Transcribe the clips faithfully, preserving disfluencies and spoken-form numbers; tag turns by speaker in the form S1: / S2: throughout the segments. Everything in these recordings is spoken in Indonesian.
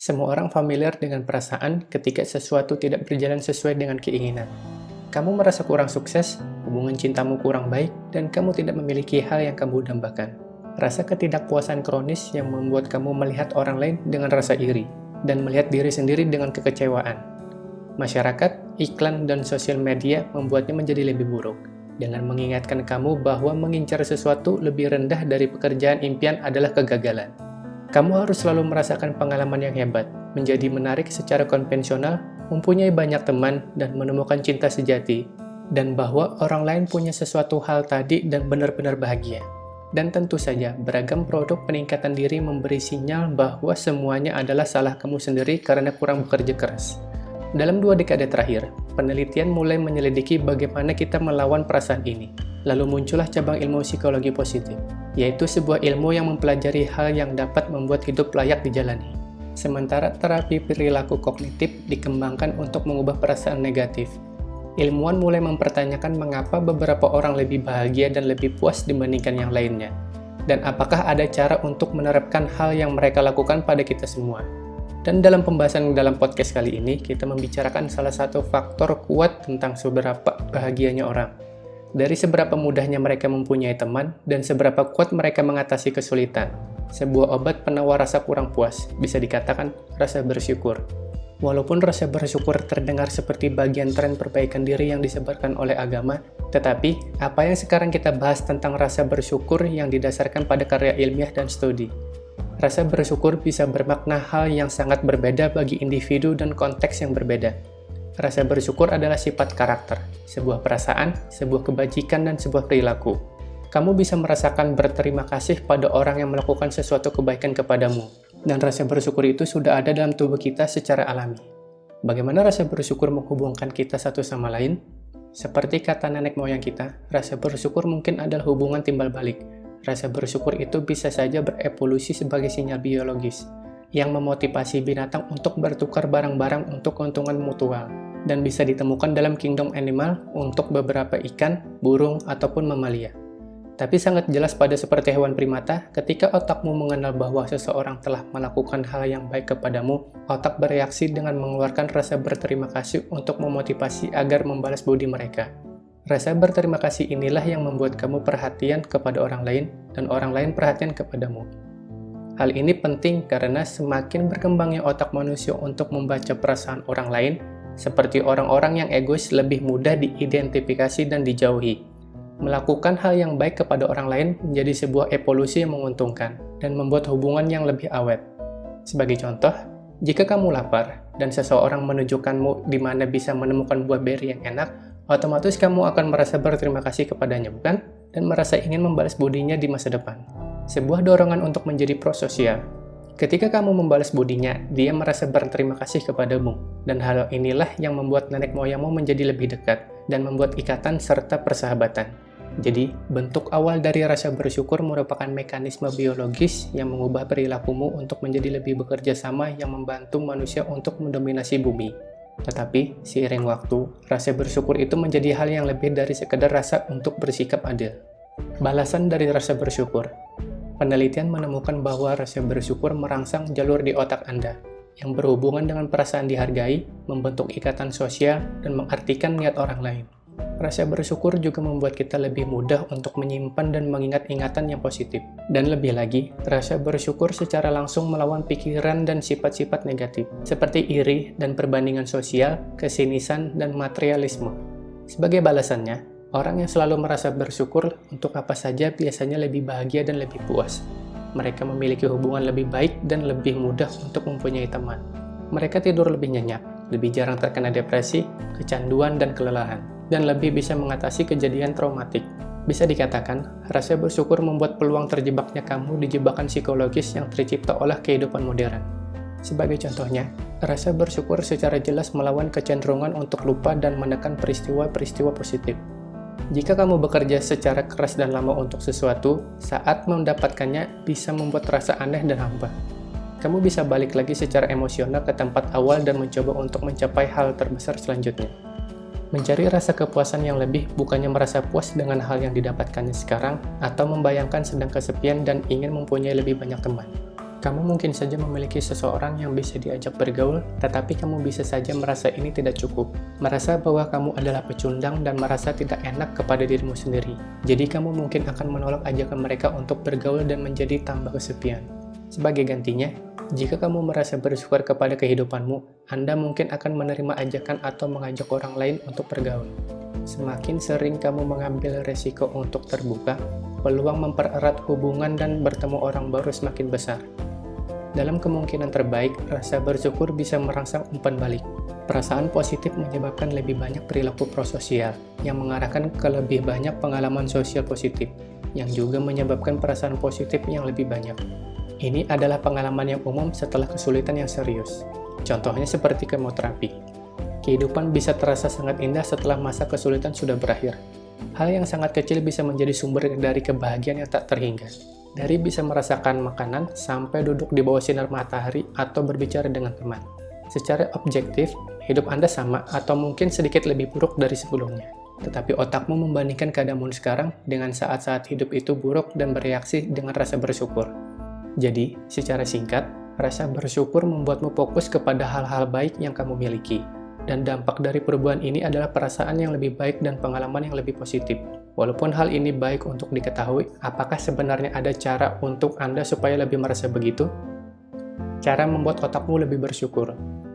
S1: Semua orang familiar dengan perasaan ketika sesuatu tidak berjalan sesuai dengan keinginan. Kamu merasa kurang sukses, hubungan cintamu kurang baik, dan kamu tidak memiliki hal yang kamu dambakan. Rasa ketidakpuasan kronis yang membuat kamu melihat orang lain dengan rasa iri, dan melihat diri sendiri dengan kekecewaan. Masyarakat, iklan, dan sosial media membuatnya menjadi lebih buruk, dengan mengingatkan kamu bahwa mengincar sesuatu lebih rendah dari pekerjaan impian adalah kegagalan. Kamu harus selalu merasakan pengalaman yang hebat, menjadi menarik secara konvensional, mempunyai banyak teman, dan menemukan cinta sejati, dan bahwa orang lain punya sesuatu hal tadi dan benar-benar bahagia. Dan tentu saja, beragam produk peningkatan diri memberi sinyal bahwa semuanya adalah salah kamu sendiri karena kurang bekerja keras. Dalam dua dekade terakhir, penelitian mulai menyelidiki bagaimana kita melawan perasaan ini. Lalu muncullah cabang ilmu psikologi positif, yaitu sebuah ilmu yang mempelajari hal yang dapat membuat hidup layak dijalani. Sementara terapi perilaku kognitif dikembangkan untuk mengubah perasaan negatif. Ilmuwan mulai mempertanyakan mengapa beberapa orang lebih bahagia dan lebih puas dibandingkan yang lainnya. Dan apakah ada cara untuk menerapkan hal yang mereka lakukan pada kita semua. Dan dalam pembahasan dalam podcast kali ini, kita membicarakan salah satu faktor kuat tentang seberapa bahagianya orang. Dari seberapa mudahnya mereka mempunyai teman, dan seberapa kuat mereka mengatasi kesulitan. Sebuah obat penawar rasa kurang puas, bisa dikatakan rasa bersyukur. Walaupun rasa bersyukur terdengar seperti bagian tren perbaikan diri yang disebarkan oleh agama, tetapi apa yang sekarang kita bahas tentang rasa bersyukur yang didasarkan pada karya ilmiah dan studi. Rasa bersyukur bisa bermakna hal yang sangat berbeda bagi individu dan konteks yang berbeda. Rasa bersyukur adalah sifat karakter, sebuah perasaan, sebuah kebajikan, dan sebuah perilaku. Kamu bisa merasakan berterima kasih pada orang yang melakukan sesuatu kebaikan kepadamu, dan rasa bersyukur itu sudah ada dalam tubuh kita secara alami. Bagaimana rasa bersyukur menghubungkan kita satu sama lain? Seperti kata nenek moyang kita, rasa bersyukur mungkin adalah hubungan timbal balik. Rasa bersyukur itu bisa saja berevolusi sebagai sinyal biologis, yang memotivasi binatang untuk bertukar barang-barang untuk keuntungan mutual, dan bisa ditemukan dalam kingdom animal untuk beberapa ikan, burung, ataupun mamalia. Tapi sangat jelas pada seperti hewan primata, ketika otakmu mengenal bahwa seseorang telah melakukan hal yang baik kepadamu, otak bereaksi dengan mengeluarkan rasa berterima kasih untuk memotivasi agar membalas budi mereka. Rasa berterima kasih inilah yang membuat kamu perhatian kepada orang lain, dan orang lain perhatian kepadamu. Hal ini penting karena semakin berkembangnya otak manusia untuk membaca perasaan orang lain, seperti orang-orang yang egois lebih mudah diidentifikasi dan dijauhi. Melakukan hal yang baik kepada orang lain menjadi sebuah evolusi yang menguntungkan dan membuat hubungan yang lebih awet. Sebagai contoh, jika kamu lapar dan seseorang menunjukkanmu di mana bisa menemukan buah beri yang enak, otomatis kamu akan merasa berterima kasih kepadanya, bukan? Dan merasa ingin membalas budinya di masa depan. Sebuah dorongan untuk menjadi prososial. Ketika kamu membalas budinya, dia merasa berterima kasih kepadamu. Dan hal inilah yang membuat nenek moyangmu menjadi lebih dekat dan membuat ikatan serta persahabatan. Jadi, bentuk awal dari rasa bersyukur merupakan mekanisme biologis yang mengubah perilakumu untuk menjadi lebih bekerja sama yang membantu manusia untuk mendominasi bumi. Tetapi, seiring waktu, rasa bersyukur itu menjadi hal yang lebih dari sekedar rasa untuk bersikap adil. Balasan dari rasa bersyukur. Penelitian menemukan bahwa rasa bersyukur merangsang jalur di otak Anda, yang berhubungan dengan perasaan dihargai, membentuk ikatan sosial, dan mengartikan niat orang lain. Rasa bersyukur juga membuat kita lebih mudah untuk menyimpan dan mengingat ingatan yang positif. Dan lebih lagi, rasa bersyukur secara langsung melawan pikiran dan sifat-sifat negatif, seperti iri dan perbandingan sosial, kesinisan, dan materialisme. Sebagai balasannya, orang yang selalu merasa bersyukur untuk apa saja biasanya lebih bahagia dan lebih puas. Mereka memiliki hubungan lebih baik dan lebih mudah untuk mempunyai teman. Mereka tidur lebih nyenyak, lebih jarang terkena depresi, kecanduan, dan kelelahan, dan lebih bisa mengatasi kejadian traumatik. Bisa dikatakan, rasa bersyukur membuat peluang terjebaknya kamu di jebakan psikologis yang tercipta oleh kehidupan modern. Sebagai contohnya, rasa bersyukur secara jelas melawan kecenderungan untuk lupa dan menekan peristiwa-peristiwa positif. Jika kamu bekerja secara keras dan lama untuk sesuatu, saat mendapatkannya bisa membuat rasa aneh dan hampa. Kamu bisa balik lagi secara emosional ke tempat awal dan mencoba untuk mencapai hal terbesar selanjutnya. Mencari rasa kepuasan yang lebih bukannya merasa puas dengan hal yang didapatkannya sekarang atau membayangkan sedang kesepian dan ingin mempunyai lebih banyak teman. Kamu mungkin saja memiliki seseorang yang bisa diajak bergaul, tetapi kamu bisa saja merasa ini tidak cukup. Merasa bahwa kamu adalah pecundang dan merasa tidak enak kepada dirimu sendiri. Jadi kamu mungkin akan menolak ajakan mereka untuk bergaul dan menjadi tambah kesepian. Sebagai gantinya, jika kamu merasa bersyukur kepada kehidupanmu, Anda mungkin akan menerima ajakan atau mengajak orang lain untuk bergaul. Semakin sering kamu mengambil resiko untuk terbuka, peluang mempererat hubungan dan bertemu orang baru semakin besar. Dalam kemungkinan terbaik, rasa bersyukur bisa merangsang umpan balik. Perasaan positif menyebabkan lebih banyak perilaku prososial, yang mengarahkan ke lebih banyak pengalaman sosial positif, yang juga menyebabkan perasaan positif yang lebih banyak. Ini adalah pengalaman yang umum setelah kesulitan yang serius. Contohnya seperti kemoterapi. Kehidupan bisa terasa sangat indah setelah masa kesulitan sudah berakhir. Hal yang sangat kecil bisa menjadi sumber dari kebahagiaan yang tak terhingga. Dari bisa merasakan makanan sampai duduk di bawah sinar matahari atau berbicara dengan teman. Secara objektif, hidup Anda sama atau mungkin sedikit lebih buruk dari sebelumnya. Tetapi otakmu membandingkan keadaanmu sekarang dengan saat-saat hidup itu buruk dan bereaksi dengan rasa bersyukur. Jadi, secara singkat, rasa bersyukur membuatmu fokus kepada hal-hal baik yang kamu miliki. Dan dampak dari perubahan ini adalah perasaan yang lebih baik dan pengalaman yang lebih positif. Walaupun hal ini baik untuk diketahui, apakah sebenarnya ada cara untuk Anda supaya lebih merasa begitu? Cara membuat otakmu lebih bersyukur.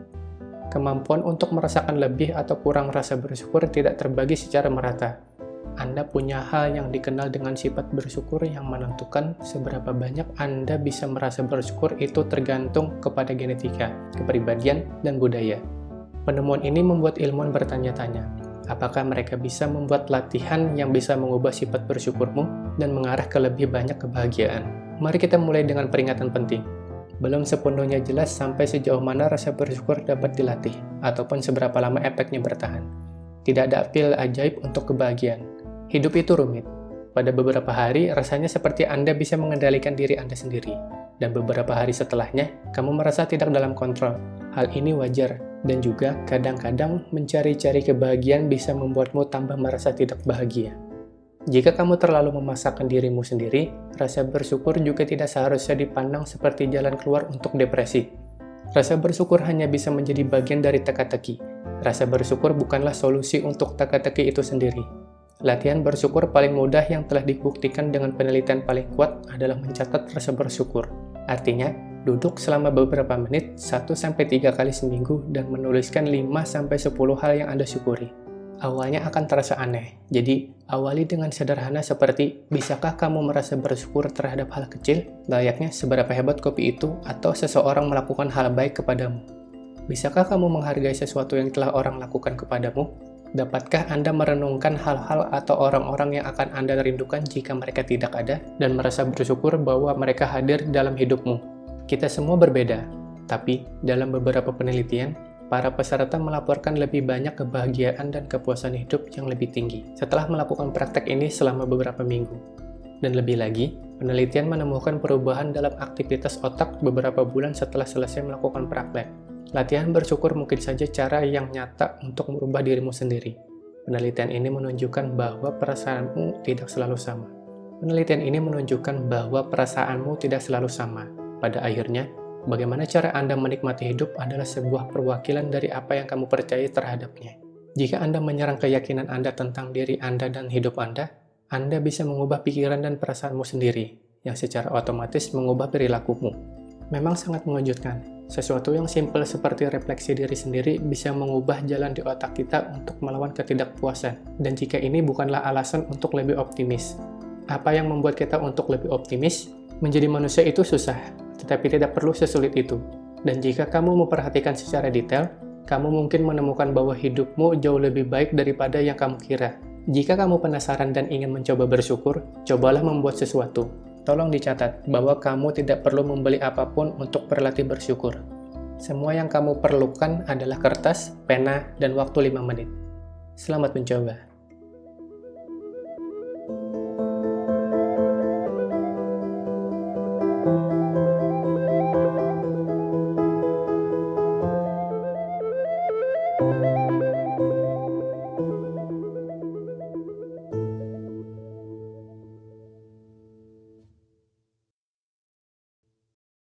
S1: Kemampuan untuk merasakan lebih atau kurang rasa bersyukur tidak terbagi secara merata. Anda punya hal yang dikenal dengan sifat bersyukur yang menentukan seberapa banyak Anda bisa merasa bersyukur itu tergantung kepada genetika, kepribadian, dan budaya. Penemuan ini membuat ilmuwan bertanya-tanya, apakah mereka bisa membuat latihan yang bisa mengubah sifat bersyukurmu dan mengarah ke lebih banyak kebahagiaan? Mari kita mulai dengan peringatan penting. Belum sepenuhnya jelas sampai sejauh mana rasa bersyukur dapat dilatih, ataupun seberapa lama efeknya bertahan. Tidak ada pil ajaib untuk kebahagiaan. Hidup itu rumit. Pada beberapa hari, rasanya seperti Anda bisa mengendalikan diri Anda sendiri. Dan beberapa hari setelahnya, kamu merasa tidak dalam kontrol. Hal ini wajar. Dan juga, kadang-kadang mencari-cari kebahagiaan bisa membuatmu tambah merasa tidak bahagia. Jika kamu terlalu memaksakan dirimu sendiri, rasa bersyukur juga tidak seharusnya dipandang seperti jalan keluar untuk depresi. Rasa bersyukur hanya bisa menjadi bagian dari teka-teki. Rasa bersyukur bukanlah solusi untuk teka-teki itu sendiri. Latihan bersyukur paling mudah yang telah dibuktikan dengan penelitian paling kuat adalah mencatat rasa bersyukur. Artinya, duduk selama beberapa menit, satu sampai tiga kali seminggu, dan menuliskan lima sampai sepuluh hal yang Anda syukuri. Awalnya akan terasa aneh, jadi awali dengan sederhana seperti, bisakah kamu merasa bersyukur terhadap hal kecil, layaknya seberapa hebat kopi itu, atau seseorang melakukan hal baik kepadamu? Bisakah kamu menghargai sesuatu yang telah orang lakukan kepadamu? Dapatkah Anda merenungkan hal-hal atau orang-orang yang akan Anda rindukan jika mereka tidak ada, dan merasa bersyukur bahwa mereka hadir dalam hidupmu? Kita semua berbeda, tapi dalam beberapa penelitian, para peserta melaporkan lebih banyak kebahagiaan dan kepuasan hidup yang lebih tinggi setelah melakukan praktek ini selama beberapa minggu. Dan lebih lagi, penelitian menemukan perubahan dalam aktivitas otak beberapa bulan setelah selesai melakukan praktek. Latihan bersyukur mungkin saja cara yang nyata untuk merubah dirimu sendiri. Penelitian ini menunjukkan bahwa perasaanmu tidak selalu sama. Penelitian ini menunjukkan bahwa perasaanmu tidak selalu sama. Pada akhirnya, bagaimana cara Anda menikmati hidup adalah sebuah perwakilan dari apa yang kamu percaya terhadapnya. Jika Anda menyerang keyakinan Anda tentang diri Anda dan hidup Anda, Anda bisa mengubah pikiran dan perasaanmu sendiri, yang secara otomatis mengubah perilakumu. Memang sangat mengejutkan. Sesuatu yang simpel seperti refleksi diri sendiri bisa mengubah jalan di otak kita untuk melawan ketidakpuasan. Dan jika ini bukanlah alasan untuk lebih optimis. Apa yang membuat kita untuk lebih optimis? Menjadi manusia itu susah, tetapi tidak perlu sesulit itu. Dan jika kamu memperhatikan secara detail, kamu mungkin menemukan bahwa hidupmu jauh lebih baik daripada yang kamu kira. Jika kamu penasaran dan ingin mencoba bersyukur, cobalah membuat sesuatu. Tolong dicatat bahwa kamu tidak perlu membeli apapun untuk berlatih bersyukur. Semua yang kamu perlukan adalah kertas, pena, dan waktu lima menit. Selamat mencoba.